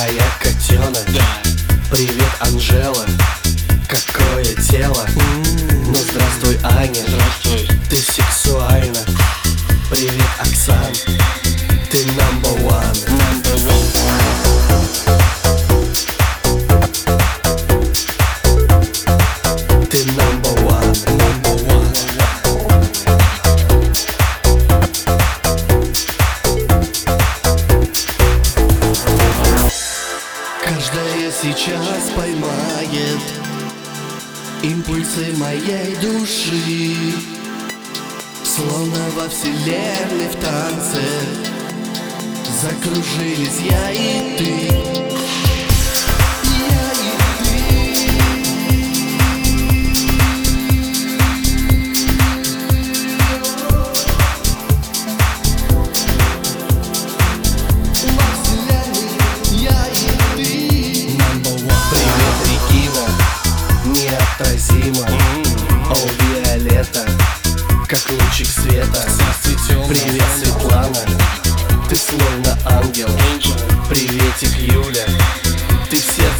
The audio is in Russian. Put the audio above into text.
я котенок. Привет, Анжела, какое тело. Ну здравствуй, Аня, ты сексуальна. Привет, Оксан, ты number one. Ты number one. Каждая сейчас поймает импульсы моей души, словно во вселенной в танце закружились я и ты. Неотразимо, о, Виолетта, как лучик света. Привет, Светлана, ты словно ангел. Приветик, Юля, ты в сердце